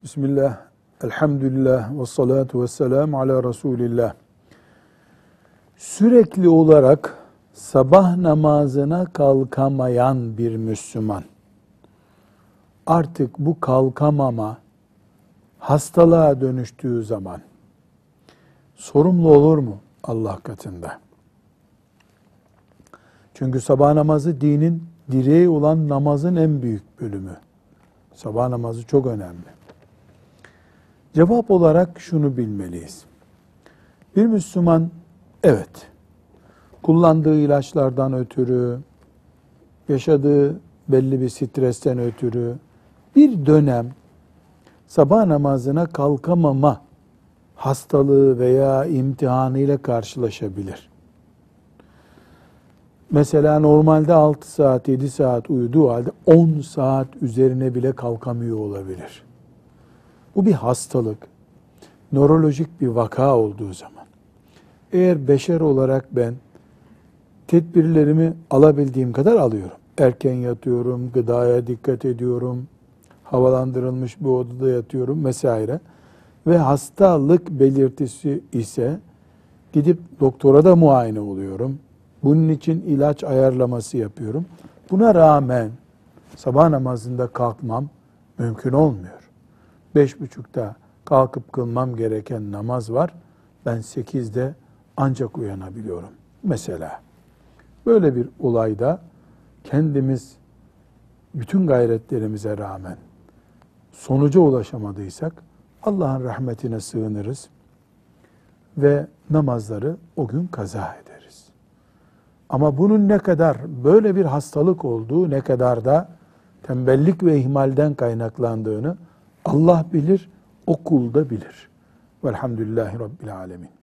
Bismillah, elhamdülillah ve salatu ve selamu ala Resulillah. Sürekli olarak sabah namazına kalkamayan bir Müslüman, artık bu kalkamama hastalığa dönüştüğü zaman sorumlu olur mu Allah katında? Çünkü sabah namazı dinin direği olan namazın en büyük bölümü. Sabah namazı çok önemli. Cevap olarak şunu bilmeliyiz. Bir Müslüman, evet, kullandığı ilaçlardan ötürü, yaşadığı belli bir stresten ötürü bir dönem sabah namazına kalkamama hastalığı veya imtihanıyla karşılaşabilir. Mesela normalde 6 saat, 7 saat uyuduğu halde 10 saat üzerine bile kalkamıyor olabilir. Bu bir hastalık, nörolojik bir vaka olduğu zaman. Eğer beşer olarak ben tedbirlerimi alabildiğim kadar alıyorum. Erken yatıyorum, gıdaya dikkat ediyorum, havalandırılmış bir odada yatıyorum vesaire. Ve hastalık belirtisi ise gidip doktora da muayene oluyorum. Bunun için ilaç ayarlaması yapıyorum. Buna rağmen sabah namazında kalkmam mümkün olmuyor. 5.30'da kalkıp kılmam gereken namaz var. Ben 8'de ancak uyanabiliyorum. Mesela böyle bir olayda kendimiz bütün gayretlerimize rağmen sonuca ulaşamadıysak Allah'ın rahmetine sığınırız ve namazları o gün kaza ederiz. Ama bunun ne kadar böyle bir hastalık olduğu, ne kadar da tembellik ve ihmalden kaynaklandığını Allah bilir, o kul da bilir. Velhamdülillahi Rabbil Alemin.